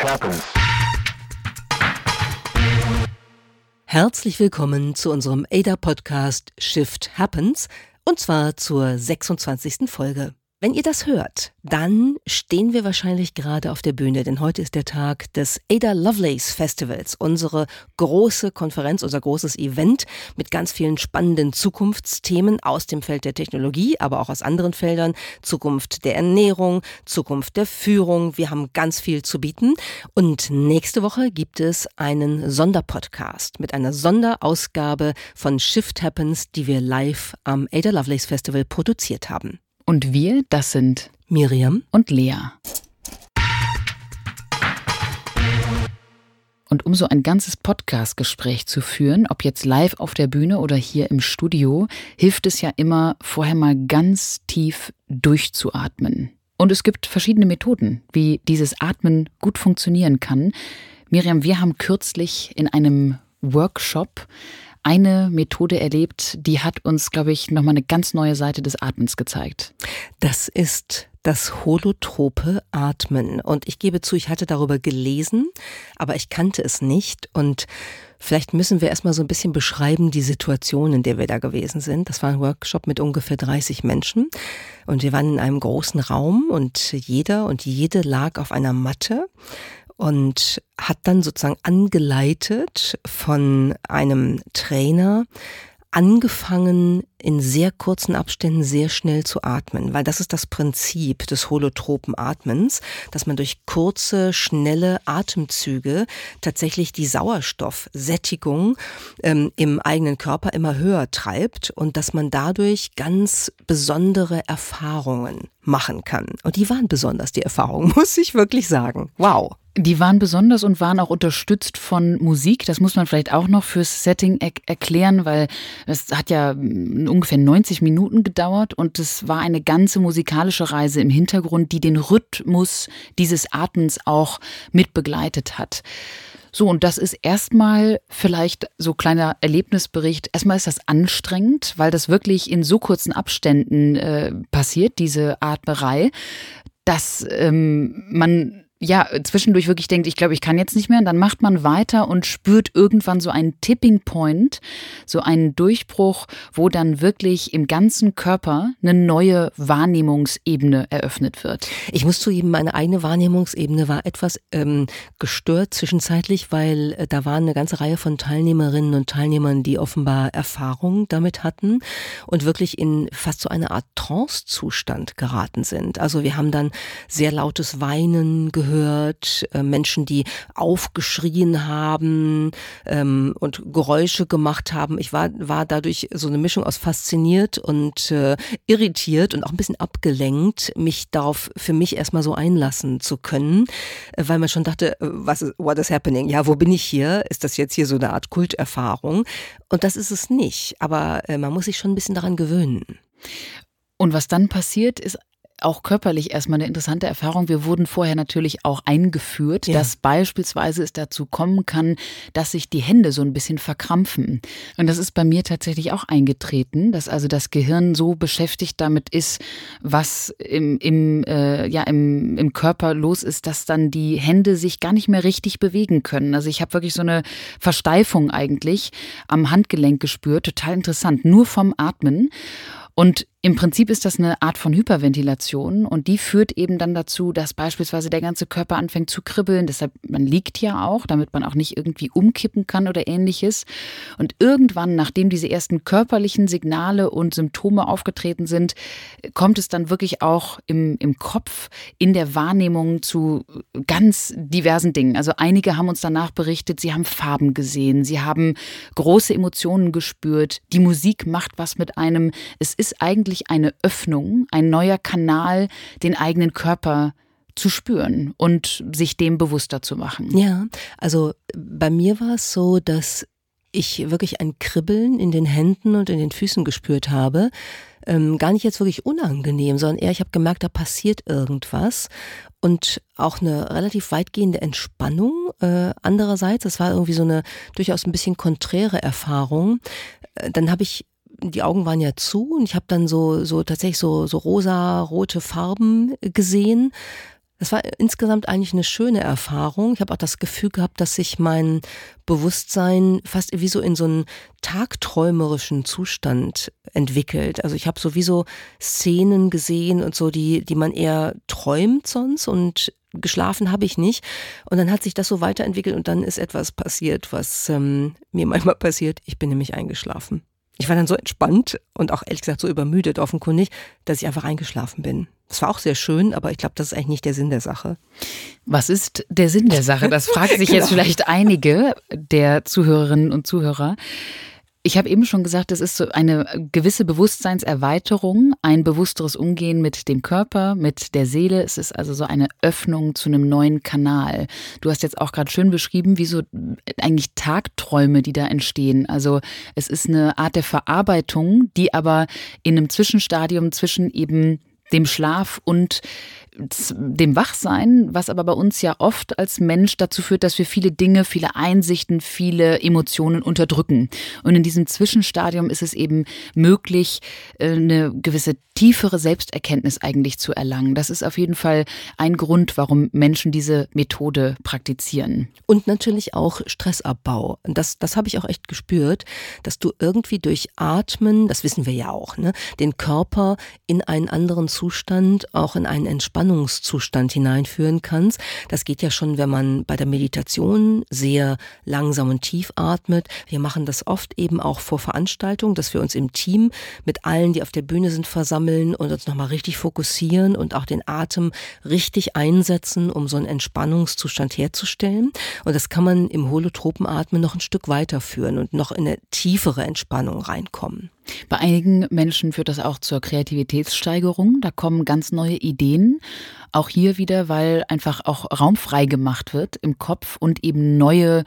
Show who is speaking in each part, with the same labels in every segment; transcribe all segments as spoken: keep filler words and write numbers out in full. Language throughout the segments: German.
Speaker 1: happens.
Speaker 2: Herzlich willkommen zu unserem A D A-Podcast Shift Happens, und zwar zur sechsundzwanzigsten Folge. Wenn ihr das hört, dann stehen wir wahrscheinlich gerade auf der Bühne, denn heute ist der Tag des Ada Lovelace Festivals, unsere große Konferenz, unser großes Event mit ganz vielen spannenden Zukunftsthemen aus dem Feld der Technologie, aber auch aus anderen Feldern, Zukunft der Ernährung, Zukunft der Führung. Wir haben ganz viel zu bieten, und nächste Woche gibt es einen Sonderpodcast mit einer Sonderausgabe von Shift Happens, die wir live am Ada Lovelace Festival produziert haben.
Speaker 3: Und wir, das sind
Speaker 2: Miriam
Speaker 3: und Lea. Und um so ein ganzes Podcast-Gespräch zu führen, ob jetzt live auf der Bühne oder hier im Studio, hilft es ja immer, vorher mal ganz tief durchzuatmen. Und es gibt verschiedene Methoden, wie dieses Atmen gut funktionieren kann. Miriam, wir haben kürzlich in einem Workshop eine Methode erlebt, die hat uns, glaube ich, nochmal eine ganz neue Seite des Atmens gezeigt.
Speaker 2: Das ist das holotrope Atmen. Und ich gebe zu, ich hatte darüber gelesen, aber ich kannte es nicht. Und vielleicht müssen wir erstmal so ein bisschen beschreiben, die Situation, in der wir da gewesen sind. Das war ein Workshop mit ungefähr dreißig Menschen. Und wir waren in einem großen Raum, und jeder und jede lag auf einer Matte und hat dann sozusagen angeleitet von einem Trainer angefangen, in sehr kurzen Abständen sehr schnell zu atmen, weil das ist das Prinzip des holotropen Atmens, dass man durch kurze, schnelle Atemzüge tatsächlich die Sauerstoffsättigung ähm, im eigenen Körper immer höher treibt und dass man dadurch ganz besondere Erfahrungen machen kann. Und die waren besonders, die Erfahrungen, muss ich wirklich sagen. Wow.
Speaker 3: Die waren besonders und waren auch unterstützt von Musik. Das muss man vielleicht auch noch fürs Setting er- erklären, weil es hat ja ungefähr neunzig Minuten gedauert und es war eine ganze musikalische Reise im Hintergrund, die den Rhythmus dieses Atmens auch mit begleitet hat. So, und das ist erstmal vielleicht so kleiner Erlebnisbericht. Erstmal ist das anstrengend, weil das wirklich in so kurzen Abständen äh, passiert, diese Atmerei, dass ähm, man ja zwischendurch wirklich denkt, ich glaube, ich kann jetzt nicht mehr. Und dann macht man weiter und spürt irgendwann so einen Tipping Point, so einen Durchbruch, wo dann wirklich im ganzen Körper eine neue Wahrnehmungsebene eröffnet wird.
Speaker 2: Ich muss zugeben, meine eigene Wahrnehmungsebene war etwas ähm, gestört zwischenzeitlich, weil äh, da waren eine ganze Reihe von Teilnehmerinnen und Teilnehmern, die offenbar Erfahrung damit hatten und wirklich in fast so eine Art Trance-Zustand geraten sind. Also wir haben dann sehr lautes Weinen gehört, gehört, äh, Menschen, die aufgeschrien haben ähm, und Geräusche gemacht haben. Ich war, war dadurch so eine Mischung aus fasziniert und äh, irritiert und auch ein bisschen abgelenkt, mich darauf für mich erstmal so einlassen zu können, äh, weil man schon dachte, äh, was ist, what is happening? Ja, wo bin ich hier? Ist das jetzt hier so eine Art Kulterfahrung? Und das ist es nicht, aber äh, man muss sich schon ein bisschen daran gewöhnen.
Speaker 3: Und was dann passiert, ist auch körperlich erstmal eine interessante Erfahrung. Wir wurden vorher natürlich auch eingeführt, ja, dass beispielsweise es dazu kommen kann, dass sich die Hände so ein bisschen verkrampfen. Und das ist bei mir tatsächlich auch eingetreten, dass also das Gehirn so beschäftigt damit ist, was im, im, äh, ja, im, im Körper los ist, dass dann die Hände sich gar nicht mehr richtig bewegen können. Also ich habe wirklich so eine Versteifung eigentlich am Handgelenk gespürt. Total interessant, nur vom Atmen. Und im Prinzip ist das eine Art von Hyperventilation und die führt eben dann dazu, dass beispielsweise der ganze Körper anfängt zu kribbeln. Deshalb, man liegt ja auch, damit man auch nicht irgendwie umkippen kann oder ähnliches. Und irgendwann, nachdem diese ersten körperlichen Signale und Symptome aufgetreten sind, kommt es dann wirklich auch im, im Kopf, in der Wahrnehmung zu ganz diversen Dingen. Also einige haben uns danach berichtet, sie haben Farben gesehen, sie haben große Emotionen gespürt, die Musik macht was mit einem. Es ist eigentlich eine Öffnung, ein neuer Kanal, den eigenen Körper zu spüren und sich dem bewusster zu machen.
Speaker 2: Ja, also bei mir war es so, dass ich wirklich ein Kribbeln in den Händen und in den Füßen gespürt habe. Ähm, gar nicht jetzt wirklich unangenehm, sondern eher, ich habe gemerkt, da passiert irgendwas. Und auch eine relativ weitgehende Entspannung. Äh, andererseits, das war irgendwie so eine durchaus ein bisschen konträre Erfahrung. Äh, dann habe ich die Augen waren ja zu und ich habe dann so so tatsächlich so so rosa rote Farben gesehen, Das war insgesamt eigentlich eine schöne Erfahrung. Ich habe auch das Gefühl gehabt, dass sich mein Bewusstsein fast wie so in so einen tagträumerischen Zustand entwickelt. Also ich habe sowieso Szenen gesehen und so, die, die man eher träumt sonst, und geschlafen habe ich nicht. Und dann hat sich das so weiterentwickelt und dann ist etwas passiert, was ähm, mir manchmal passiert. Ich bin nämlich eingeschlafen. Ich war dann so entspannt und auch ehrlich gesagt so übermüdet offenkundig, dass ich einfach eingeschlafen bin. Das war auch sehr schön, aber ich glaube, das ist eigentlich nicht der Sinn der Sache.
Speaker 3: Was ist der Sinn der Sache? Das fragen sich genau. jetzt vielleicht einige der Zuhörerinnen und Zuhörer. Ich habe eben schon gesagt, es ist so eine gewisse Bewusstseinserweiterung, ein bewussteres Umgehen mit dem Körper, mit der Seele. Es ist also so eine Öffnung zu einem neuen Kanal. Du hast jetzt auch gerade schön beschrieben, wie so eigentlich Tagträume, die da entstehen. Also es ist eine Art der Verarbeitung, die aber in einem Zwischenstadium zwischen eben dem Schlaf und dem Wachsein, was aber bei uns ja oft als Mensch dazu führt, dass wir viele Dinge, viele Einsichten, viele Emotionen unterdrücken. Und in diesem Zwischenstadium ist es eben möglich, eine gewisse tiefere Selbsterkenntnis eigentlich zu erlangen. Das ist auf jeden Fall ein Grund, warum Menschen diese Methode praktizieren.
Speaker 2: Und natürlich auch Stressabbau. Das, das habe ich auch echt gespürt, dass du irgendwie durch Atmen, das wissen wir ja auch, ne, den Körper in einen anderen Zustand, auch in einen Entspannungszustand hineinführen kannst. Das geht ja schon, wenn man bei der Meditation sehr langsam und tief atmet. Wir machen das oft eben auch vor Veranstaltungen, dass wir uns im Team mit allen, die auf der Bühne sind, versammeln und uns nochmal richtig fokussieren und auch den Atem richtig einsetzen, um so einen Entspannungszustand herzustellen. Und das kann man im holotropen Atmen noch ein Stück weiterführen und noch in eine tiefere Entspannung reinkommen.
Speaker 3: Bei einigen Menschen führt das auch zur Kreativitätssteigerung. Da kommen ganz neue Ideen. Auch hier wieder, weil einfach auch Raum frei gemacht wird im Kopf und eben neue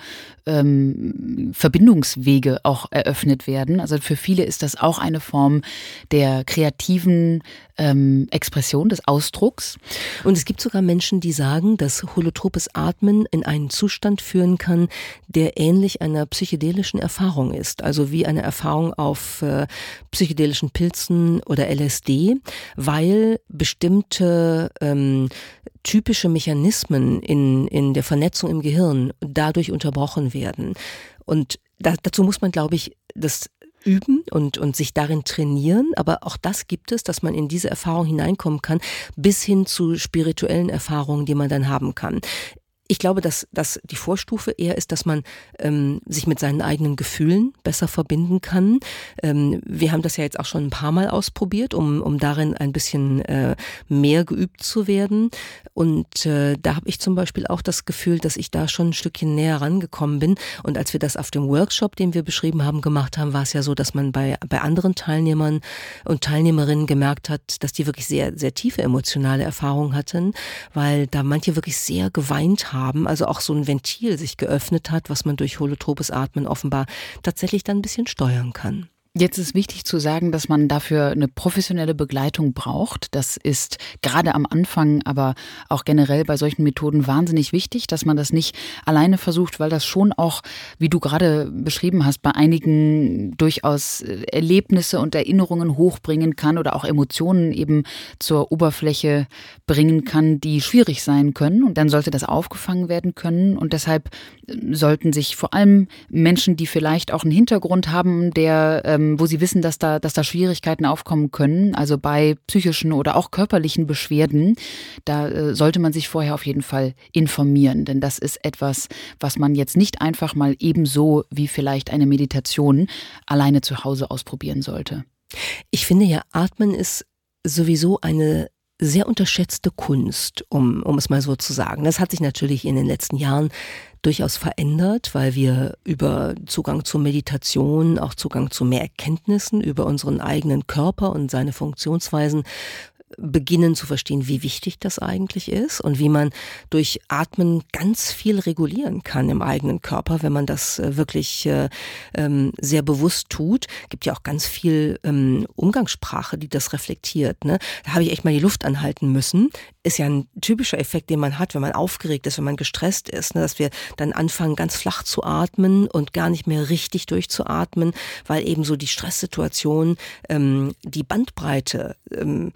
Speaker 3: ähm, Verbindungswege auch eröffnet werden. Also für viele ist das auch eine Form der kreativen ähm, Expression, des Ausdrucks.
Speaker 2: Und es gibt sogar Menschen, die sagen, dass holotropes Atmen in einen Zustand führen kann, der ähnlich einer psychedelischen Erfahrung ist. Also wie eine Erfahrung auf äh, psychedelischen Pilzen oder L S D, weil bestimmte ähm, typische Mechanismen in, in der Vernetzung im Gehirn dadurch unterbrochen werden. Und da, dazu muss man, glaube ich, das üben und, und sich darin trainieren, aber auch das gibt es, dass man in diese Erfahrung hineinkommen kann, bis hin zu spirituellen Erfahrungen, die man dann haben kann. Ich glaube, dass, dass die Vorstufe eher ist, dass man ähm, sich mit seinen eigenen Gefühlen besser verbinden kann. Ähm, wir haben das ja jetzt auch schon ein paar Mal ausprobiert, um, um darin ein bisschen äh, mehr geübt zu werden. Und äh, da habe ich zum Beispiel auch das Gefühl, dass ich da schon ein Stückchen näher rangekommen bin. Und als wir das auf dem Workshop, den wir beschrieben haben, gemacht haben, war es ja so, dass man bei, bei anderen Teilnehmern und Teilnehmerinnen gemerkt hat, dass die wirklich sehr, sehr tiefe emotionale Erfahrungen hatten, weil da manche wirklich sehr geweint haben. Haben, also auch so ein Ventil sich geöffnet hat, was man durch holotropes Atmen offenbar tatsächlich dann ein bisschen steuern kann.
Speaker 3: Jetzt ist wichtig zu sagen, dass man dafür eine professionelle Begleitung braucht. Das ist gerade am Anfang, aber auch generell bei solchen Methoden wahnsinnig wichtig, dass man das nicht alleine versucht, weil das schon auch, wie du gerade beschrieben hast, bei einigen durchaus Erlebnisse und Erinnerungen hochbringen kann oder auch Emotionen eben zur Oberfläche bringen kann, die schwierig sein können. Und dann sollte das aufgefangen werden können. Und deshalb sollten sich vor allem Menschen, die vielleicht auch einen Hintergrund haben, der wo sie wissen, dass da, dass da Schwierigkeiten aufkommen können, also bei psychischen oder auch körperlichen Beschwerden, da äh, sollte man sich vorher auf jeden Fall informieren, denn das ist etwas, was man jetzt nicht einfach mal ebenso wie vielleicht eine Meditation alleine zu Hause ausprobieren sollte.
Speaker 2: Ich finde ja, Atmen ist sowieso eine sehr unterschätzte Kunst, um, um es mal so zu sagen. Das hat sich natürlich in den letzten Jahren durchaus verändert, weil wir über Zugang zur Meditation, auch Zugang zu mehr Erkenntnissen über unseren eigenen Körper und seine Funktionsweisen beginnen zu verstehen, wie wichtig das eigentlich ist und wie man durch Atmen ganz viel regulieren kann im eigenen Körper, wenn man das äh, wirklich äh, ähm, sehr bewusst tut. Gibt ja auch ganz viel ähm, Umgangssprache, die das reflektiert. Ne? Da habe ich echt mal die Luft anhalten müssen. Ist ja ein typischer Effekt, den man hat, wenn man aufgeregt ist, wenn man gestresst ist, ne? Dass wir dann anfangen, ganz flach zu atmen und gar nicht mehr richtig durchzuatmen, weil eben so die Stresssituation ähm, die Bandbreite ähm,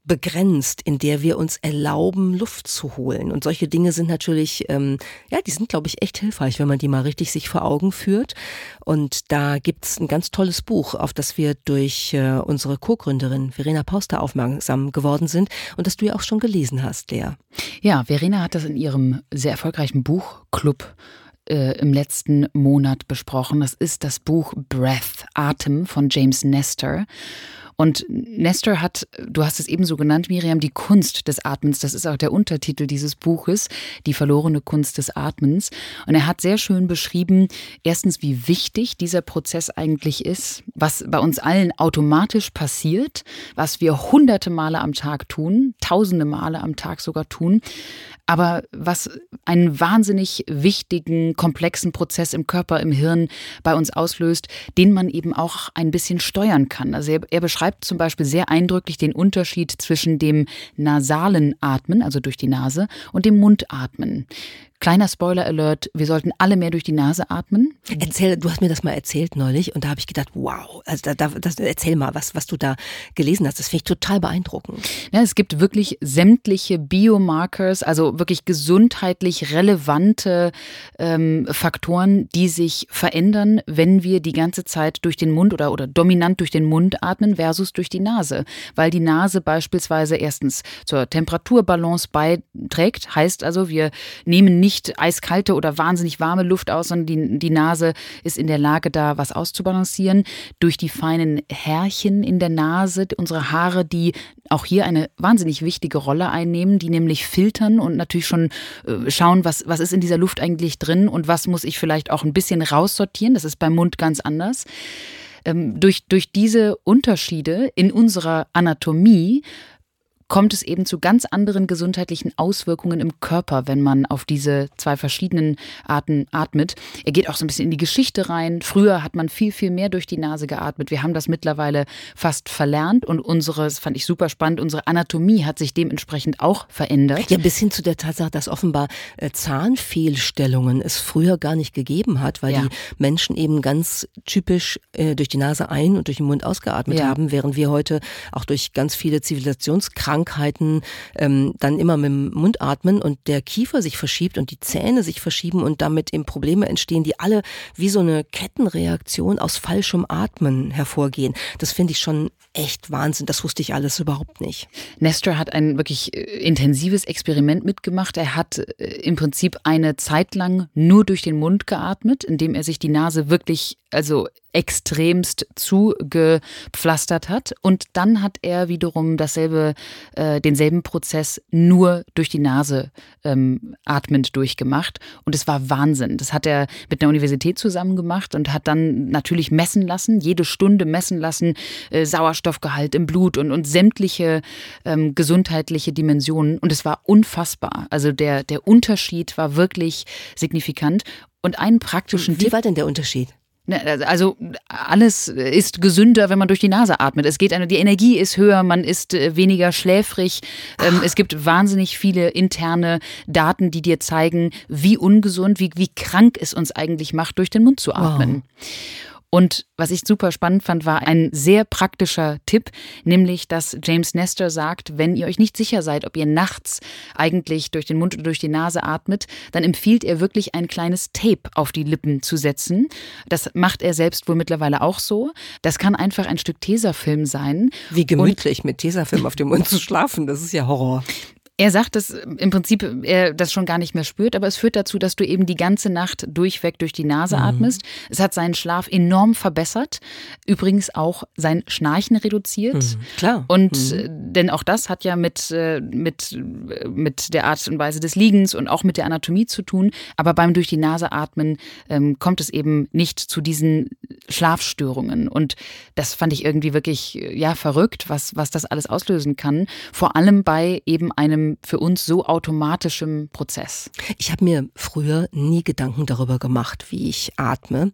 Speaker 2: begrenzt, in der wir uns erlauben, Luft zu holen. Und solche Dinge sind natürlich, ähm, ja, die sind, glaube ich, echt hilfreich, wenn man die mal richtig sich vor Augen führt. Und da gibt's ein ganz tolles Buch, auf das wir durch äh, unsere Co-Gründerin Verena Pauster aufmerksam geworden sind und das du ja auch schon gelesen hast, Lea.
Speaker 3: Ja, Verena hat das in ihrem sehr erfolgreichen Buchclub äh, im letzten Monat besprochen. Das ist das Buch Breath, Atem von James Nestor. Und Nestor hat, du hast es eben so genannt, Miriam, die Kunst des Atmens. Das ist auch der Untertitel dieses Buches, die verlorene Kunst des Atmens. Und er hat sehr schön beschrieben, erstens, wie wichtig dieser Prozess eigentlich ist, was bei uns allen automatisch passiert, was wir hunderte Male am Tag tun, tausende Male am Tag sogar tun, aber was einen wahnsinnig wichtigen, komplexen Prozess im Körper, im Hirn bei uns auslöst, den man eben auch ein bisschen steuern kann. Also er, er beschreibt zum Beispiel sehr eindrücklich den Unterschied zwischen dem nasalen Atmen, also durch die Nase, und dem Mundatmen. Kleiner Spoiler-Alert, wir sollten alle mehr durch die Nase atmen.
Speaker 2: Erzähl, du hast mir das mal erzählt neulich und da habe ich gedacht, wow, also da, da, das, erzähl mal, was, was du da gelesen hast. Das finde ich total beeindruckend.
Speaker 3: Ja, es gibt wirklich sämtliche Biomarkers, also wirklich gesundheitlich relevante ähm, Faktoren, die sich verändern, wenn wir die ganze Zeit durch den Mund oder, oder dominant durch den Mund atmen versus durch die Nase. Weil die Nase beispielsweise erstens zur Temperaturbalance beiträgt, heißt also, wir nehmen nicht eiskalte oder wahnsinnig warme Luft aus, sondern die, die Nase ist in der Lage, da was auszubalancieren. Durch die feinen Härchen in der Nase, unsere Haare, die auch hier eine wahnsinnig wichtige Rolle einnehmen, die nämlich filtern und natürlich schon äh, schauen, was, was ist in dieser Luft eigentlich drin und was muss ich vielleicht auch ein bisschen raussortieren. Das ist beim Mund ganz anders. Ähm, durch, durch diese Unterschiede in unserer Anatomie kommt es eben zu ganz anderen gesundheitlichen Auswirkungen im Körper, wenn man auf diese zwei verschiedenen Arten atmet. Er geht auch so ein bisschen in die Geschichte rein. Früher hat man viel, viel mehr durch die Nase geatmet. Wir haben das mittlerweile fast verlernt und unsere, das fand ich super spannend, unsere Anatomie hat sich dementsprechend auch verändert.
Speaker 2: Ja, bis hin zu der Tatsache, dass offenbar äh, Zahnfehlstellungen es früher gar nicht gegeben hat, weil ja. die Menschen eben ganz typisch äh, durch die Nase ein- und durch den Mund ausgeatmet ja. haben, während wir heute auch durch ganz viele Zivilisationskrankheiten Krankheiten ähm, dann immer mit dem Mund atmen und der Kiefer sich verschiebt und die Zähne sich verschieben und damit eben Probleme entstehen, die alle wie so eine Kettenreaktion aus falschem Atmen hervorgehen. Das finde ich schon echt Wahnsinn. Das wusste ich alles überhaupt nicht.
Speaker 3: Nestor hat ein wirklich intensives Experiment mitgemacht. Er hat im Prinzip eine Zeit lang nur durch den Mund geatmet, indem er sich die Nase wirklich, also extremst zugepflastert hat. Und dann hat er wiederum dasselbe, äh, denselben Prozess nur durch die Nase ähm, atmend durchgemacht. Und es war Wahnsinn. Das hat er mit einer Universität zusammen gemacht und hat dann natürlich messen lassen, jede Stunde messen lassen, äh, Sauerstoffgehalt im Blut und, und sämtliche ähm, gesundheitliche Dimensionen. Und es war unfassbar. Also der, der Unterschied war wirklich signifikant. Und einen praktischen
Speaker 2: Wie war denn der Unterschied?
Speaker 3: Also alles ist gesünder, wenn man durch die Nase atmet. Es geht eine, die Energie ist höher, man ist weniger schläfrig. Ach. Es gibt wahnsinnig viele interne Daten, die dir zeigen, wie ungesund, wie, wie krank es uns eigentlich macht, durch den Mund zu atmen. Wow. Und was ich super spannend fand, war ein sehr praktischer Tipp, nämlich, dass James Nestor sagt, wenn ihr euch nicht sicher seid, ob ihr nachts eigentlich durch den Mund oder durch die Nase atmet, dann empfiehlt er wirklich ein kleines Tape auf die Lippen zu setzen. Das macht er selbst wohl mittlerweile auch so. Das kann einfach ein Stück Tesafilm sein.
Speaker 2: Wie gemütlich, und mit Tesafilm auf dem Mund zu schlafen, das ist ja Horror.
Speaker 3: Er sagt, dass im Prinzip er das schon gar nicht mehr spürt, aber es führt dazu, dass du eben die ganze Nacht durchweg durch die Nase mhm. atmest. Es hat seinen Schlaf enorm verbessert, übrigens auch sein Schnarchen reduziert.
Speaker 2: Mhm. Klar.
Speaker 3: Und
Speaker 2: mhm.
Speaker 3: denn auch das hat ja mit, mit, mit der Art und Weise des Liegens und auch mit der Anatomie zu tun. Aber beim durch die Nase atmen ähm, kommt es eben nicht zu diesen Schlafstörungen. Und das fand ich irgendwie wirklich ja verrückt, was, was das alles auslösen kann. Vor allem bei eben einem für uns so automatischem Prozess.
Speaker 2: Ich habe mir früher nie Gedanken darüber gemacht, wie ich atme.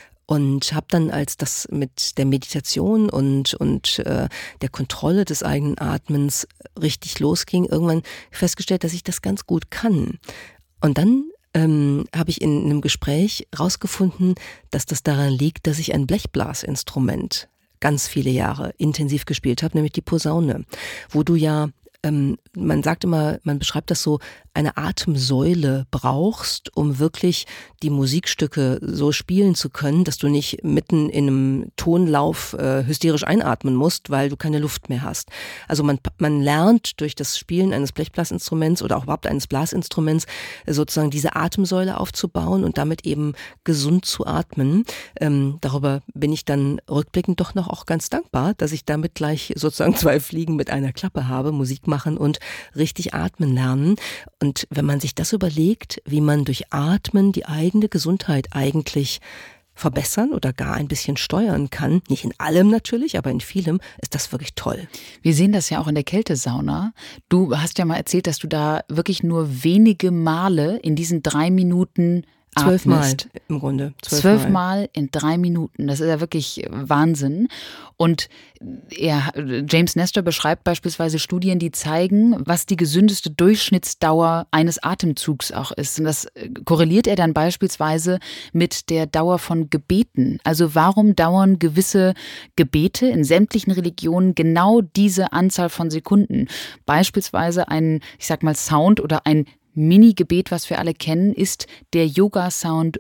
Speaker 2: Und habe dann, als das mit der Meditation und, und äh, der Kontrolle des eigenen Atmens richtig losging, irgendwann festgestellt, dass ich das ganz gut kann. Und dann ähm, habe ich in einem Gespräch rausgefunden, dass das daran liegt, dass ich ein Blechblasinstrument ganz viele Jahre intensiv gespielt habe, nämlich die Posaune, wo du ja, ähm, man sagt immer, man beschreibt das so, eine Atemsäule brauchst, um wirklich die Musikstücke so spielen zu können, dass du nicht mitten in einem Tonlauf äh, hysterisch einatmen musst, weil du keine Luft mehr hast. Also man, man lernt durch das Spielen eines Blechblasinstruments oder auch überhaupt eines Blasinstruments sozusagen diese Atemsäule aufzubauen und damit eben gesund zu atmen. Ähm, darüber bin ich dann rückblickend doch noch auch ganz dankbar, dass ich damit gleich sozusagen zwei Fliegen mit einer Klappe habe, Musik machen und richtig atmen lernen. Und wenn man sich das überlegt, wie man durch Atmen die eigene Gesundheit eigentlich verbessern oder gar ein bisschen steuern kann, nicht in allem natürlich, aber in vielem, ist das wirklich toll.
Speaker 3: Wir sehen das ja auch in der Kältesauna. Du hast ja mal erzählt, dass du da wirklich nur wenige Male in diesen drei Minuten
Speaker 2: Zwölf Mal im Grunde.
Speaker 3: Zwölf, Zwölf Mal. Mal in drei Minuten. Das ist ja wirklich Wahnsinn. Und er, James Nestor beschreibt beispielsweise Studien, die zeigen, was die gesündeste Durchschnittsdauer eines Atemzugs auch ist. Und das korreliert er dann beispielsweise mit der Dauer von Gebeten. Also warum dauern gewisse Gebete in sämtlichen Religionen genau diese Anzahl von Sekunden? Beispielsweise ein, ich sag mal, Sound oder ein Mini-Gebet, was wir alle kennen, ist der Yoga-Sound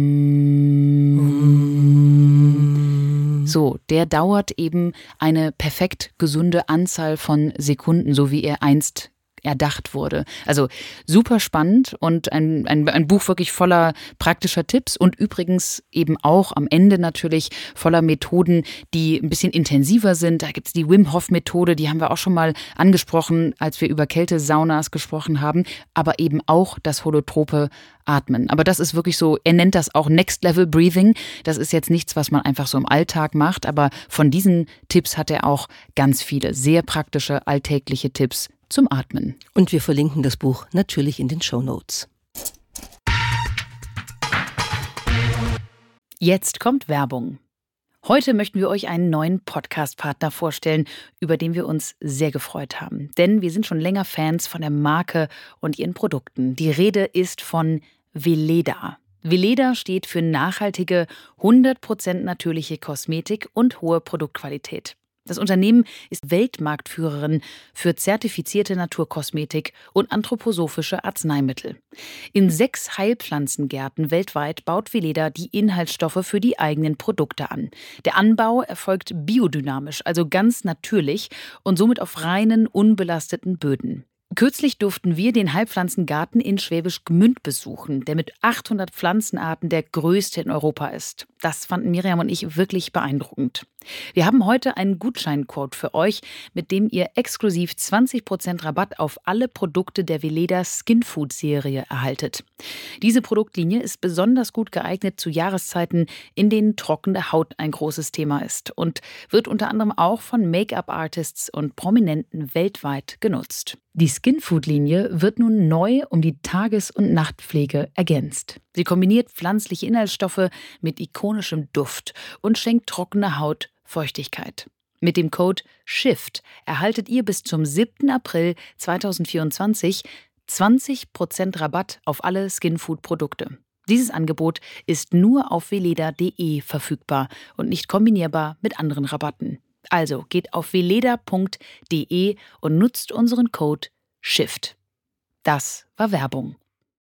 Speaker 3: Om. So, der dauert eben eine perfekt gesunde Anzahl von Sekunden, so wie er einst erdacht wurde. Also super spannend und ein, ein, ein Buch wirklich voller praktischer Tipps und übrigens eben auch am Ende natürlich voller Methoden, die ein bisschen intensiver sind. Da gibt es die Wim Hof Methode, die haben wir auch schon mal angesprochen, als wir über Kältesaunas gesprochen haben, aber eben auch das holotrope Atmen. Aber das ist wirklich so, er nennt das auch Next Level Breathing. Das ist jetzt nichts, was man einfach so im Alltag macht, aber von diesen Tipps hat er auch ganz viele sehr praktische, alltägliche Tipps zum Atmen.
Speaker 2: Und wir verlinken das Buch natürlich in den Shownotes.
Speaker 3: Jetzt kommt Werbung. Heute möchten wir euch einen neuen Podcast-Partner vorstellen, über den wir uns sehr gefreut haben. Denn wir sind schon länger Fans von der Marke und ihren Produkten. Die Rede ist von Weleda. Weleda steht für nachhaltige, hundert Prozent natürliche Kosmetik und hohe Produktqualität. Das Unternehmen ist Weltmarktführerin für zertifizierte Naturkosmetik und anthroposophische Arzneimittel. In sechs Heilpflanzengärten weltweit baut Weleda die Inhaltsstoffe für die eigenen Produkte an. Der Anbau erfolgt biodynamisch, also ganz natürlich und somit auf reinen, unbelasteten Böden. Kürzlich durften wir den Heilpflanzengarten in Schwäbisch Gmünd besuchen, der mit achthundert Pflanzenarten der größte in Europa ist. Das fanden Miriam und ich wirklich beeindruckend. Wir haben heute einen Gutscheincode für euch, mit dem ihr exklusiv zwanzig Prozent Rabatt auf alle Produkte der Weleda Skin Food Serie erhaltet. Diese Produktlinie ist besonders gut geeignet zu Jahreszeiten, in denen trockene Haut ein großes Thema ist und wird unter anderem auch von Make-up-Artists und Prominenten weltweit genutzt. Die Skin Food Linie wird nun neu um die Tages- und Nachtpflege ergänzt. Sie kombiniert pflanzliche Inhaltsstoffe mit ikonischem Duft und schenkt trockener Haut Feuchtigkeit. Mit dem Code SHIFT erhaltet ihr bis zum siebten April zweitausendvierundzwanzig zwanzig Prozent Rabatt auf alle Skinfood-Produkte. Dieses Angebot ist nur auf weleda punkt de verfügbar und nicht kombinierbar mit anderen Rabatten. Also geht auf weleda punkt de und nutzt unseren Code SHIFT. Das war Werbung.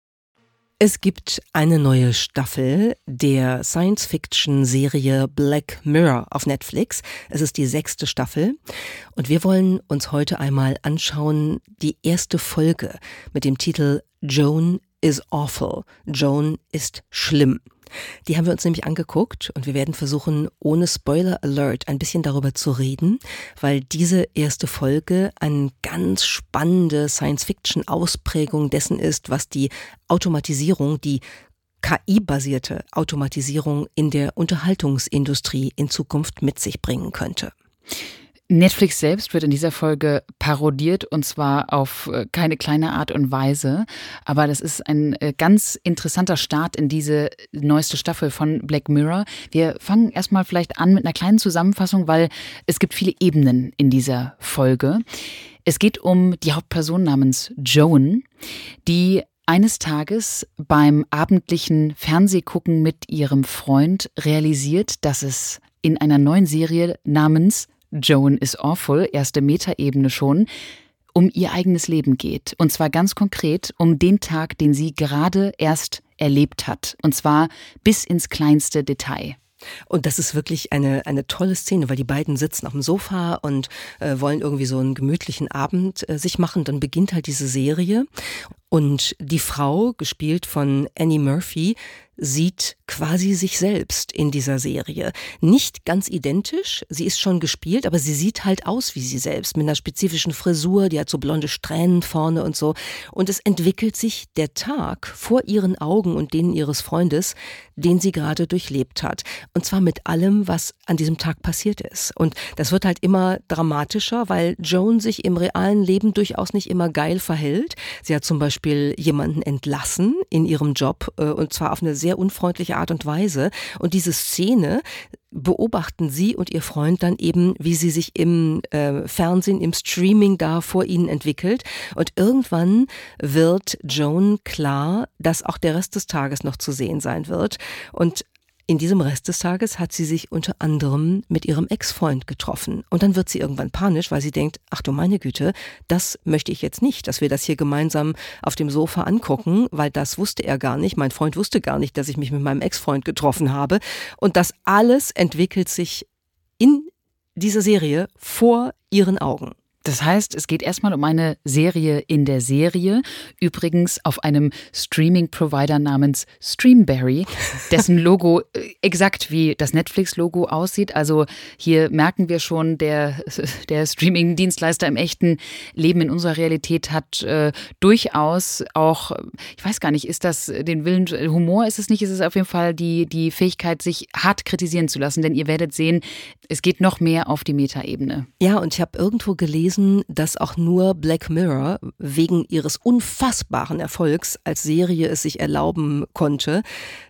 Speaker 2: Es gibt eine neue Staffel der Science-Fiction-Serie Black Mirror auf Netflix. Es ist die sechste Staffel und wir wollen uns heute einmal anschauen die erste Folge mit dem Titel Joan is awful. Joan ist schlimm. Die haben wir uns nämlich angeguckt und wir werden versuchen, ohne Spoiler Alert ein bisschen darüber zu reden, weil diese erste Folge eine ganz spannende Science-Fiction-Ausprägung dessen ist, was die Automatisierung, die K I-basierte Automatisierung in der Unterhaltungsindustrie in Zukunft mit sich bringen könnte.
Speaker 3: Netflix selbst wird in dieser Folge parodiert und zwar auf keine kleine Art und Weise. Aber das ist ein ganz interessanter Start in diese neueste Staffel von Black Mirror. Wir fangen erstmal vielleicht an mit einer kleinen Zusammenfassung, weil es gibt viele Ebenen in dieser Folge. Es geht um die Hauptperson namens Joan, die eines Tages beim abendlichen Fernsehgucken mit ihrem Freund realisiert, dass es in einer neuen Serie namens Joan is Awful, erste Metaebene schon, um ihr eigenes Leben geht. Und zwar ganz konkret um den Tag, den sie gerade erst erlebt hat. Und zwar bis ins kleinste Detail.
Speaker 2: Und das ist wirklich eine, eine tolle Szene, weil die beiden sitzen auf dem Sofa und äh, wollen irgendwie so einen gemütlichen Abend äh, sich machen. Dann beginnt halt diese Serie. Und die Frau, gespielt von Annie Murphy, sieht quasi sich selbst in dieser Serie. Nicht ganz identisch, sie ist schon gespielt, aber sie sieht halt aus wie sie selbst, mit einer spezifischen Frisur, die hat so blonde Strähnen vorne und so. Und es entwickelt sich der Tag vor ihren Augen und denen ihres Freundes, den sie gerade durchlebt hat. Und zwar mit allem, was an diesem Tag passiert ist. Und das wird halt immer dramatischer, weil Joan sich im realen Leben durchaus nicht immer geil verhält. Sie hat zum Beispiel jemanden entlassen in ihrem Job, und zwar auf eine sehr unfreundliche Art und Weise. Und diese Szene beobachten sie und ihr Freund dann eben, wie sie sich im äh, Fernsehen, im Streaming da vor ihnen entwickelt. Und irgendwann wird Joan klar, dass auch der Rest des Tages noch zu sehen sein wird. Und in diesem Rest des Tages hat sie sich unter anderem mit ihrem Ex-Freund getroffen. Und dann wird sie irgendwann panisch, weil sie denkt, ach du meine Güte, das möchte ich jetzt nicht, dass wir das hier gemeinsam auf dem Sofa angucken, weil das wusste er gar nicht. Mein Freund wusste gar nicht, dass ich mich mit meinem Ex-Freund getroffen habe. Und das alles entwickelt sich in dieser Serie vor ihren Augen.
Speaker 3: Das heißt, es geht erstmal um eine Serie in der Serie, übrigens auf einem Streaming-Provider namens Streamberry, dessen Logo exakt wie das Netflix-Logo aussieht. Also hier merken wir schon, der, der Streaming-Dienstleister im echten Leben in unserer Realität hat äh, durchaus auch, ich weiß gar nicht, ist das den Willen, Humor ist es nicht, ist es auf jeden Fall die, die Fähigkeit, sich hart kritisieren zu lassen, denn ihr werdet sehen, es geht noch mehr auf die Metaebene.
Speaker 2: Ja, und ich habe irgendwo gelesen, dass auch nur Black Mirror wegen ihres unfassbaren Erfolgs als Serie es sich erlauben konnte,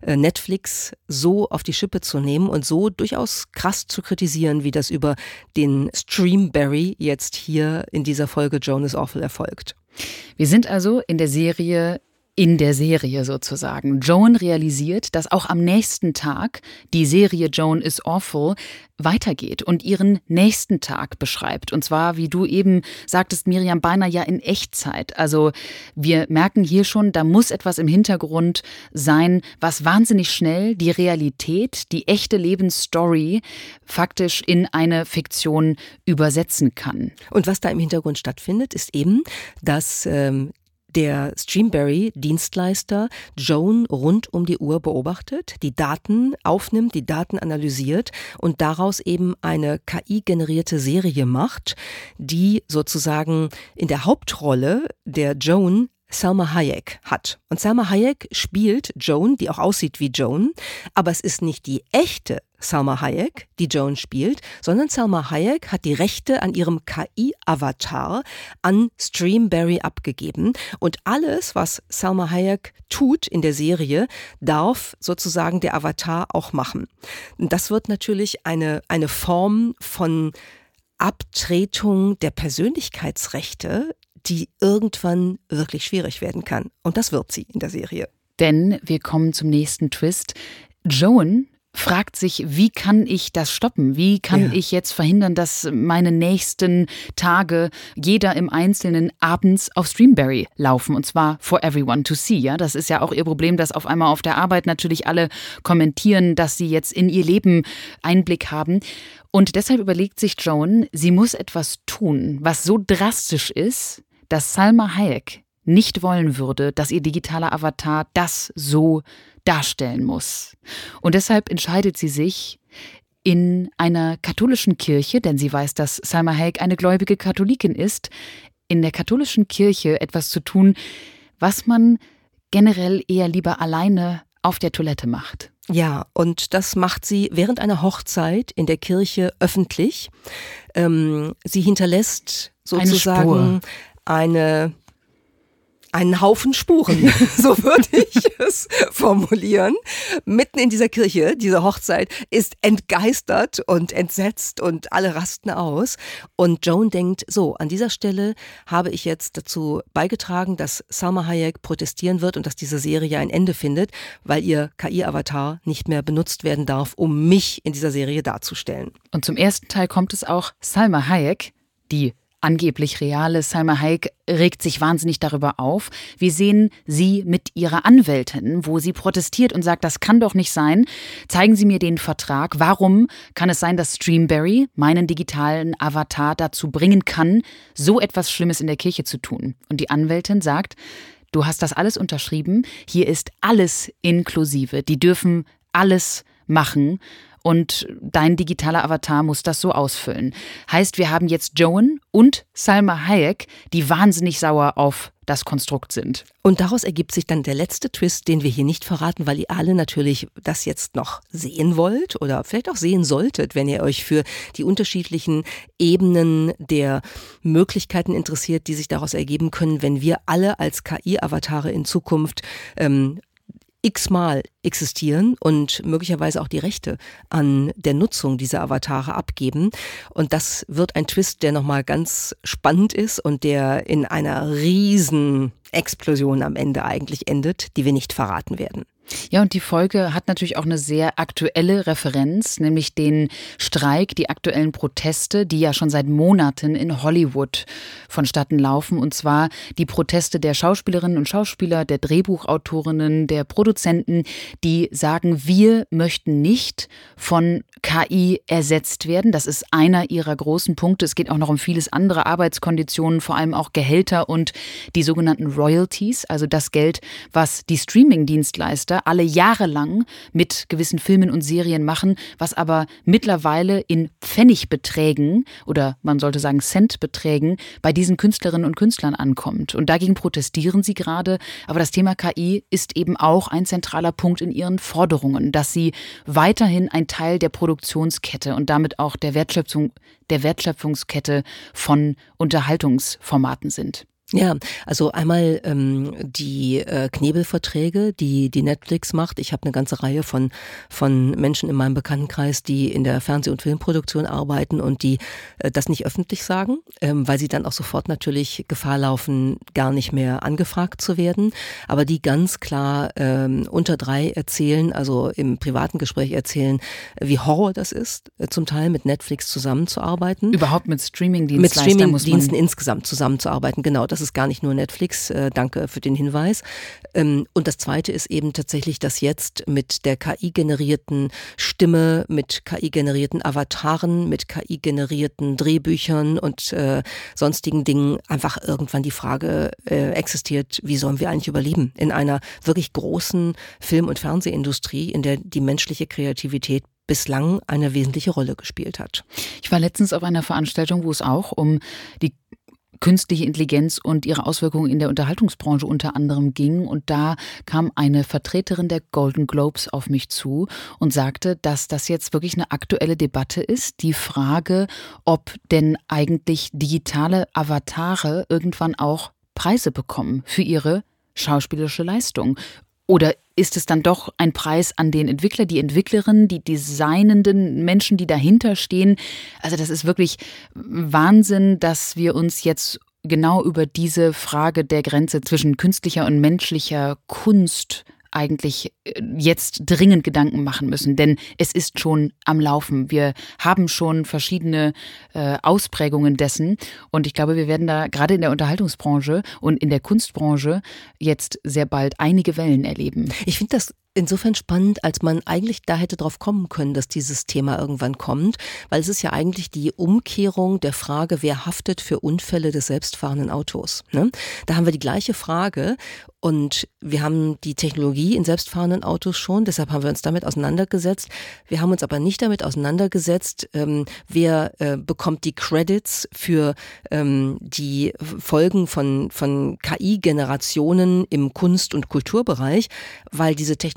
Speaker 2: Netflix so auf die Schippe zu nehmen und so durchaus krass zu kritisieren, wie das über den Streamberry jetzt hier in dieser Folge Joan is Awful erfolgt.
Speaker 3: Wir sind also in der Serie In der Serie sozusagen. Joan realisiert, dass auch am nächsten Tag die Serie Joan is Awful weitergeht und ihren nächsten Tag beschreibt. Und zwar, wie du eben sagtest, Miriam, beinahe ja in Echtzeit. Also wir merken hier schon, da muss etwas im Hintergrund sein, was wahnsinnig schnell die Realität, die echte Lebensstory faktisch in eine Fiktion übersetzen kann.
Speaker 2: Und was da im Hintergrund stattfindet, ist eben, dass ähm, der Streamberry-Dienstleister Joan rund um die Uhr beobachtet, die Daten aufnimmt, die Daten analysiert und daraus eben eine K I-generierte Serie macht, die sozusagen in der Hauptrolle der Joan Salma Hayek hat. Und Salma Hayek spielt Joan, die auch aussieht wie Joan, aber es ist nicht die echte Salma Hayek, die Joan spielt, sondern Salma Hayek hat die Rechte an ihrem K I-Avatar an Streamberry abgegeben. Und alles, was Salma Hayek tut in der Serie, darf sozusagen der Avatar auch machen. Und das wird natürlich eine, eine Form von Abtretung der Persönlichkeitsrechte, die irgendwann wirklich schwierig werden kann. Und das wird sie in der Serie.
Speaker 3: Denn wir kommen zum nächsten Twist. Joan fragt sich, wie kann ich das stoppen? Wie kann ja. ich jetzt verhindern, dass meine nächsten Tage jeder im Einzelnen abends auf Streamberry laufen? Und zwar for everyone to see. Ja, das ist ja auch ihr Problem, dass auf einmal auf der Arbeit natürlich alle kommentieren, dass sie jetzt in ihr Leben Einblick haben. Und deshalb überlegt sich Joan, sie muss etwas tun, was so drastisch ist, dass Salma Hayek nicht wollen würde, dass ihr digitaler Avatar das so darstellen muss. Und deshalb entscheidet sie sich, in einer katholischen Kirche, denn sie weiß, dass Salma Hayek eine gläubige Katholikin ist, in der katholischen Kirche etwas zu tun, was man generell eher lieber alleine auf der Toilette macht.
Speaker 2: Ja, und das macht sie während einer Hochzeit in der Kirche öffentlich. Ähm, sie hinterlässt sozusagen eine, einen Haufen Spuren, so würde ich es formulieren. Mitten in dieser Kirche, diese Hochzeit, ist entgeistert und entsetzt und alle rasten aus. Und Joan denkt, so, an dieser Stelle habe ich jetzt dazu beigetragen, dass Salma Hayek protestieren wird und dass diese Serie ein Ende findet, weil ihr K I-Avatar nicht mehr benutzt werden darf, um mich in dieser Serie darzustellen.
Speaker 3: Und zum ersten Teil kommt es auch, Salma Hayek, die angeblich reale Salma Hayek, regt sich wahnsinnig darüber auf. Wir sehen sie mit ihrer Anwältin, wo sie protestiert und sagt, das kann doch nicht sein. Zeigen Sie mir den Vertrag. Warum kann es sein, dass Streamberry meinen digitalen Avatar dazu bringen kann, so etwas Schlimmes in der Kirche zu tun? Und die Anwältin sagt, du hast das alles unterschrieben. Hier ist alles inklusive. Die dürfen alles machen. Und dein digitaler Avatar muss das so ausfüllen. Heißt, wir haben jetzt Joan und Salma Hayek, die wahnsinnig sauer auf das Konstrukt sind.
Speaker 2: Und daraus ergibt sich dann der letzte Twist, den wir hier nicht verraten, weil ihr alle natürlich das jetzt noch sehen wollt oder vielleicht auch sehen solltet, wenn ihr euch für die unterschiedlichen Ebenen der Möglichkeiten interessiert, die sich daraus ergeben können, wenn wir alle als K I-Avatare in Zukunft ähm, x-mal existieren und möglicherweise auch die Rechte an der Nutzung dieser Avatare abgeben. Und das wird ein Twist, der nochmal ganz spannend ist und der in einer riesen Explosion am Ende eigentlich endet, die wir nicht verraten werden.
Speaker 3: Ja, und die Folge hat natürlich auch eine sehr aktuelle Referenz, nämlich den Streik, die aktuellen Proteste, die ja schon seit Monaten in Hollywood vonstatten laufen. Und zwar die Proteste der Schauspielerinnen und Schauspieler, der Drehbuchautorinnen, der Produzenten, die sagen, wir möchten nicht von K I ersetzt werden. Das ist einer ihrer großen Punkte. Es geht auch noch um vieles andere, Arbeitskonditionen, vor allem auch Gehälter und die sogenannten Royalties, also das Geld, was die Streaming-Dienstleister alle Jahre lang mit gewissen Filmen und Serien machen, was aber mittlerweile in Pfennigbeträgen oder man sollte sagen Centbeträgen bei diesen Künstlerinnen und Künstlern ankommt. Und dagegen protestieren sie gerade. Aber das Thema K I ist eben auch ein zentraler Punkt in ihren Forderungen, dass sie weiterhin ein Teil der Produktionskette und damit auch der Wertschöpfung, der Wertschöpfungskette von Unterhaltungsformaten sind.
Speaker 2: Ja, also einmal ähm, die äh, Knebelverträge, die die Netflix macht. Ich habe eine ganze Reihe von von Menschen in meinem Bekanntenkreis, die in der Fernseh- und Filmproduktion arbeiten und die äh, das nicht öffentlich sagen, ähm, weil sie dann auch sofort natürlich Gefahr laufen, gar nicht mehr angefragt zu werden. Aber die ganz klar ähm, unter drei erzählen, also im privaten Gespräch erzählen, wie Horror das ist, äh, zum Teil mit Netflix zusammenzuarbeiten.
Speaker 3: Überhaupt mit Streaming-Dienstleistern
Speaker 2: Mit Streaming-Diensten insgesamt zusammenzuarbeiten, genau. Das ist gar nicht nur Netflix, äh, danke für den Hinweis. Ähm, und das Zweite ist eben tatsächlich, dass jetzt mit der K I-generierten Stimme, mit K I-generierten Avataren, mit K I-generierten Drehbüchern und äh, sonstigen Dingen einfach irgendwann die Frage äh, existiert, wie sollen wir eigentlich überleben in einer wirklich großen Film- und Fernsehindustrie, in der die menschliche Kreativität bislang eine wesentliche Rolle gespielt hat.
Speaker 3: Ich war letztens auf einer Veranstaltung, wo es auch um die künstliche Intelligenz und ihre Auswirkungen in der Unterhaltungsbranche unter anderem ging. Und da kam eine Vertreterin der Golden Globes auf mich zu und sagte, dass das jetzt wirklich eine aktuelle Debatte ist. Die Frage, ob denn eigentlich digitale Avatare irgendwann auch Preise bekommen für ihre schauspielerische Leistung. Oder ist es dann doch ein Preis an den Entwickler, die Entwicklerin, die designenden Menschen, die dahinter stehen? Also das ist wirklich Wahnsinn, dass wir uns jetzt genau über diese Frage der Grenze zwischen künstlicher und menschlicher Kunst eigentlich jetzt dringend Gedanken machen müssen, denn es ist schon am Laufen. Wir haben schon verschiedene äh, Ausprägungen dessen und ich glaube, wir werden da gerade in der Unterhaltungsbranche und in der Kunstbranche jetzt sehr bald einige Wellen erleben.
Speaker 2: Ich finde das insofern spannend, als man eigentlich da hätte drauf kommen können, dass dieses Thema irgendwann kommt, weil es ist ja eigentlich die Umkehrung der Frage, wer haftet für Unfälle des selbstfahrenden Autos. Ne? Da haben wir die gleiche Frage und wir haben die Technologie in selbstfahrenden Autos schon, deshalb haben wir uns damit auseinandergesetzt. Wir haben uns aber nicht damit auseinandergesetzt, ähm, wer äh, bekommt die Credits für ähm, die Folgen von, von K I-Generationen im Kunst- und Kulturbereich, weil diese Technologie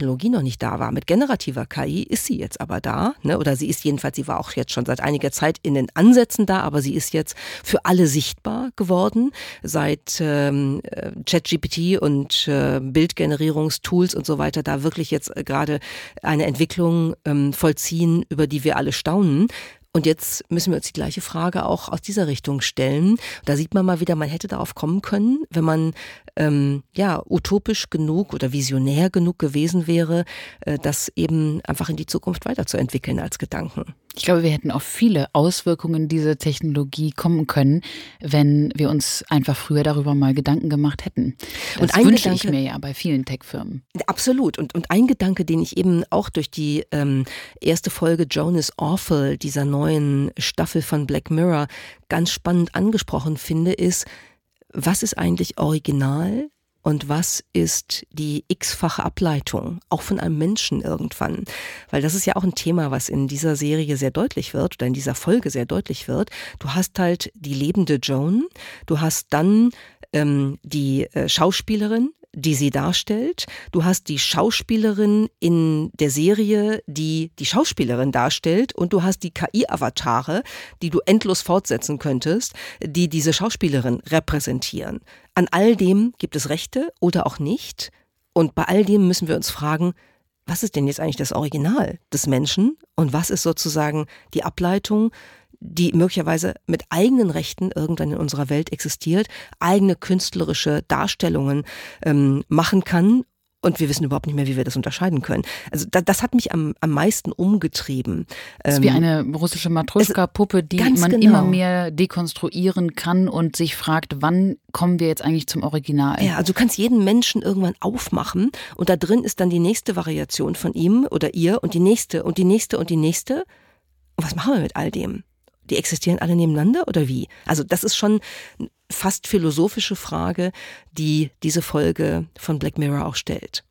Speaker 2: Technologie noch nicht da war. Mit generativer K I ist sie jetzt aber da, ne? Oder sie ist jedenfalls, sie war auch jetzt schon seit einiger Zeit in den Ansätzen da, aber sie ist jetzt für alle sichtbar geworden, seit ähm, ChatGPT und äh, Bildgenerierungstools und so weiter da wirklich jetzt gerade eine Entwicklung ähm, vollziehen, über die wir alle staunen. Und jetzt müssen wir uns die gleiche Frage auch aus dieser Richtung stellen. Da sieht man mal wieder, man hätte darauf kommen können, wenn man ähm, ja utopisch genug oder visionär genug gewesen wäre, äh, das eben einfach in die Zukunft weiterzuentwickeln als Gedanken.
Speaker 3: Ich glaube, wir hätten auf viele Auswirkungen dieser Technologie kommen können, wenn wir uns einfach früher darüber mal Gedanken gemacht hätten. Das und ein wünsche Gedanke, ich mir ja bei vielen Tech-Firmen.
Speaker 2: Absolut. Und, und ein Gedanke, den ich eben auch durch die ähm, erste Folge Joan is Awful, dieser neuen Staffel von Black Mirror, ganz spannend angesprochen finde, ist, was ist eigentlich original? Und was ist die x-fache Ableitung, auch von einem Menschen irgendwann? Weil das ist ja auch ein Thema, was in dieser Serie sehr deutlich wird oder in dieser Folge sehr deutlich wird. Du hast halt die lebende Joan, du hast dann ähm, die äh, Schauspielerin, die sie darstellt. Du hast die Schauspielerin in der Serie, die die Schauspielerin darstellt, und du hast die K I-Avatare, die du endlos fortsetzen könntest, die diese Schauspielerin repräsentieren. An all dem gibt es Rechte oder auch nicht. Und bei all dem müssen wir uns fragen, was ist denn jetzt eigentlich das Original des Menschen und was ist sozusagen die Ableitung, die möglicherweise mit eigenen Rechten irgendwann in unserer Welt existiert, eigene künstlerische Darstellungen ähm, machen kann, und wir wissen überhaupt nicht mehr, wie wir das unterscheiden können. Also da, das hat mich am, am meisten umgetrieben.
Speaker 3: Das ist wie eine russische Matroschka-Puppe, die man genau. immer mehr dekonstruieren kann und sich fragt, wann kommen wir jetzt eigentlich zum Original?
Speaker 2: Ja, also du kannst jeden Menschen irgendwann aufmachen und da drin ist dann die nächste Variation von ihm oder ihr und die nächste und die nächste und die nächste. Und was machen wir mit all dem? Die existieren alle nebeneinander oder wie? Also das ist schon eine fast philosophische Frage, die diese Folge von Black Mirror auch stellt.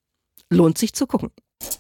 Speaker 2: Lohnt sich zu gucken.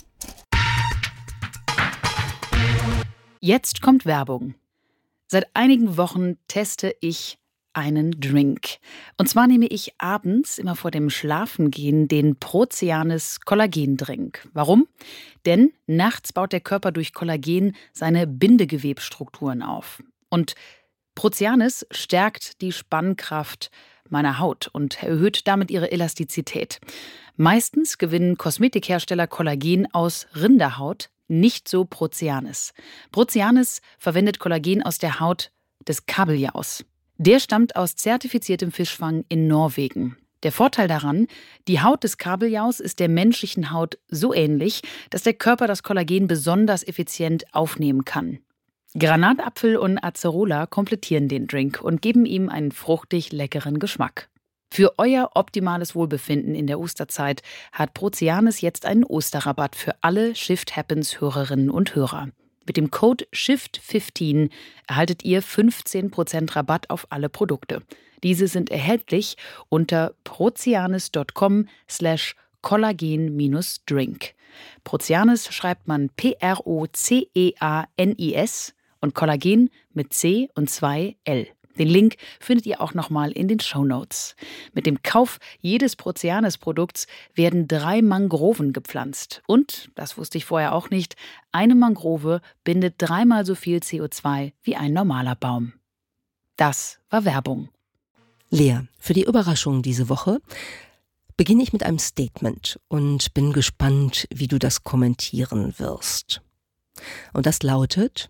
Speaker 3: Jetzt kommt Werbung. Seit einigen Wochen teste ich einen Drink. Und zwar nehme ich abends, immer vor dem Schlafengehen, den Prozianis Kollagendrink. Warum? Denn nachts baut der Körper durch Kollagen seine Bindegewebsstrukturen auf. Und Prozianis stärkt die Spannkraft meiner Haut und erhöht damit ihre Elastizität. Meistens gewinnen Kosmetikhersteller Kollagen aus Rinderhaut, nicht so Prozianis. Prozianis verwendet Kollagen aus der Haut des Kabeljaus. Der stammt aus zertifiziertem Fischfang in Norwegen. Der Vorteil daran, die Haut des Kabeljaus ist der menschlichen Haut so ähnlich, dass der Körper das Kollagen besonders effizient aufnehmen kann. Granatapfel und Acerola komplettieren den Drink und geben ihm einen fruchtig leckeren Geschmack. Für euer optimales Wohlbefinden in der Osterzeit hat Prozianis jetzt einen Osterrabatt für alle Shift Happens Hörerinnen und Hörer. Mit dem Code Shift fünfzehn erhaltet ihr fünfzehn Prozent Rabatt auf alle Produkte. Diese sind erhältlich unter prozianis.com slash kollagen-drink. Prozianis schreibt man P R O C E A N I S und Kollagen mit C und zwei L. Den Link findet ihr auch nochmal in den Shownotes. Mit dem Kauf jedes Prozianis-Produkts werden drei Mangroven gepflanzt. Und, das wusste ich vorher auch nicht, eine Mangrove bindet dreimal so viel C O zwei wie ein normaler Baum. Das war Werbung.
Speaker 2: Lea, für die Überraschung diese Woche beginne ich mit einem Statement und bin gespannt, wie du das kommentieren wirst. Und das lautet: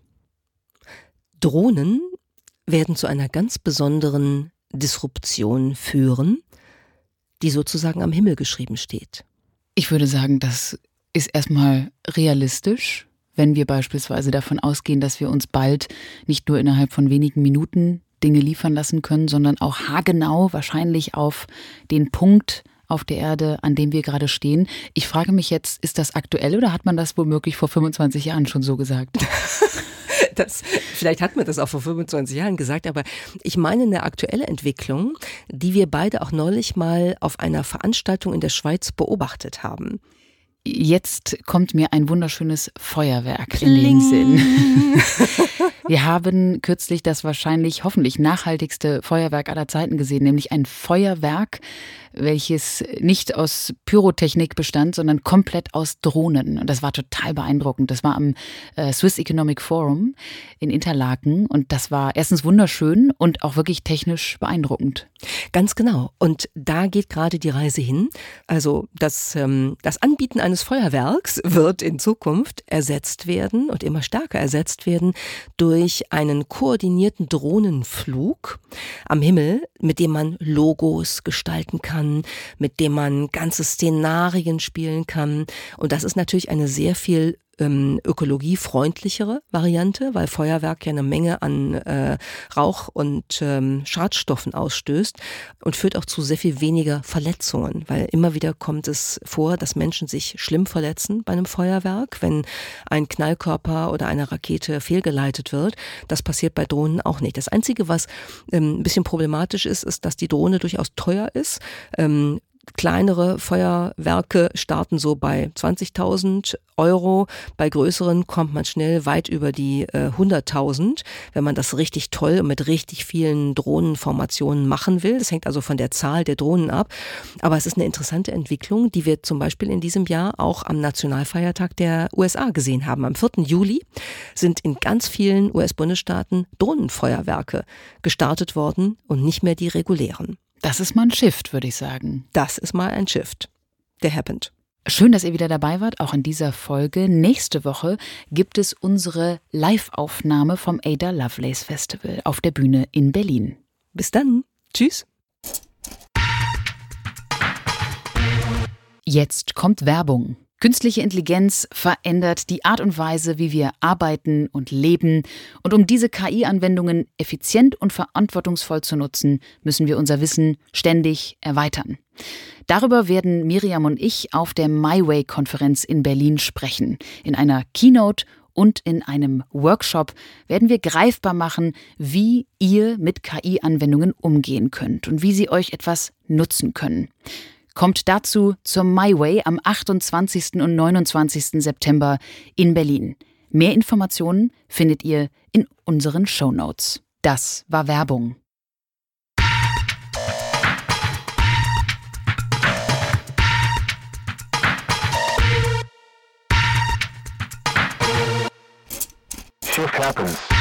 Speaker 2: Drohnen werden zu einer ganz besonderen Disruption führen, die sozusagen am Himmel geschrieben steht.
Speaker 3: Ich würde sagen, das ist erstmal realistisch, wenn wir beispielsweise davon ausgehen, dass wir uns bald nicht nur innerhalb von wenigen Minuten Dinge liefern lassen können, sondern auch haargenau wahrscheinlich auf den Punkt auf der Erde, an dem wir gerade stehen. Ich frage mich jetzt, ist das aktuell oder hat man das womöglich vor fünfundzwanzig Jahren schon so gesagt?
Speaker 2: Das, vielleicht hat man das auch vor fünfundzwanzig Jahren gesagt, aber ich meine eine aktuelle Entwicklung, die wir beide auch neulich mal auf einer Veranstaltung in der Schweiz beobachtet haben.
Speaker 3: Jetzt kommt mir ein wunderschönes Feuerwerk in den Sinn. Wir haben kürzlich das wahrscheinlich, hoffentlich nachhaltigste Feuerwerk aller Zeiten gesehen, nämlich ein Feuerwerk, welches nicht aus Pyrotechnik bestand, sondern komplett aus Drohnen. Und das war total beeindruckend. Das war am äh, Swiss Economic Forum in Interlaken und das war erstens wunderschön und auch wirklich technisch beeindruckend.
Speaker 2: Ganz genau. Und da geht gerade die Reise hin. Also das, ähm, das Anbieten eines Feuerwerks wird in Zukunft ersetzt werden und immer stärker ersetzt werden durch einen koordinierten Drohnenflug am Himmel, mit dem man Logos gestalten kann, mit dem man ganze Szenarien spielen kann. Und das ist natürlich eine sehr viel ähm, ökologiefreundlichere Variante, weil Feuerwerk ja eine Menge an äh, Rauch und ähm, Schadstoffen ausstößt und führt auch zu sehr viel weniger Verletzungen, weil immer wieder kommt es vor, dass Menschen sich schlimm verletzen bei einem Feuerwerk, wenn ein Knallkörper oder eine Rakete fehlgeleitet wird. Das passiert bei Drohnen auch nicht. Das Einzige, was ähm, ein bisschen problematisch ist, ist, dass die Drohne durchaus teuer ist. Ähm, Kleinere Feuerwerke starten so bei zwanzigtausend Euro. Bei größeren kommt man schnell weit über die äh, hunderttausend, wenn man das richtig toll und mit richtig vielen Drohnenformationen machen will. Das hängt also von der Zahl der Drohnen ab. Aber es ist eine interessante Entwicklung, die wir zum Beispiel in diesem Jahr auch am Nationalfeiertag der U S A gesehen haben. Am vierten Juli sind in ganz vielen U S-Bundesstaaten Drohnenfeuerwerke gestartet worden und nicht mehr die regulären.
Speaker 3: Das ist mal ein Shift, würde ich sagen.
Speaker 2: Das ist mal ein Shift. Der happened.
Speaker 3: Schön, dass ihr wieder dabei wart, auch in dieser Folge. Nächste Woche gibt es unsere Live-Aufnahme vom Ada Lovelace Festival auf der Bühne in Berlin.
Speaker 2: Bis dann. Tschüss.
Speaker 3: Jetzt kommt Werbung. Künstliche Intelligenz verändert die Art und Weise, wie wir arbeiten und leben. Und um diese K I-Anwendungen effizient und verantwortungsvoll zu nutzen, müssen wir unser Wissen ständig erweitern. Darüber werden Miriam und ich auf der MyWay-Konferenz in Berlin sprechen. In einer Keynote und in einem Workshop werden wir greifbar machen, wie ihr mit K I-Anwendungen umgehen könnt und wie sie euch etwas nutzen können. Kommt dazu zur MyWay am achtundzwanzigsten und neunundzwanzigsten September in Berlin. Mehr Informationen findet ihr in unseren Shownotes. Das war Werbung.
Speaker 1: Shift happens.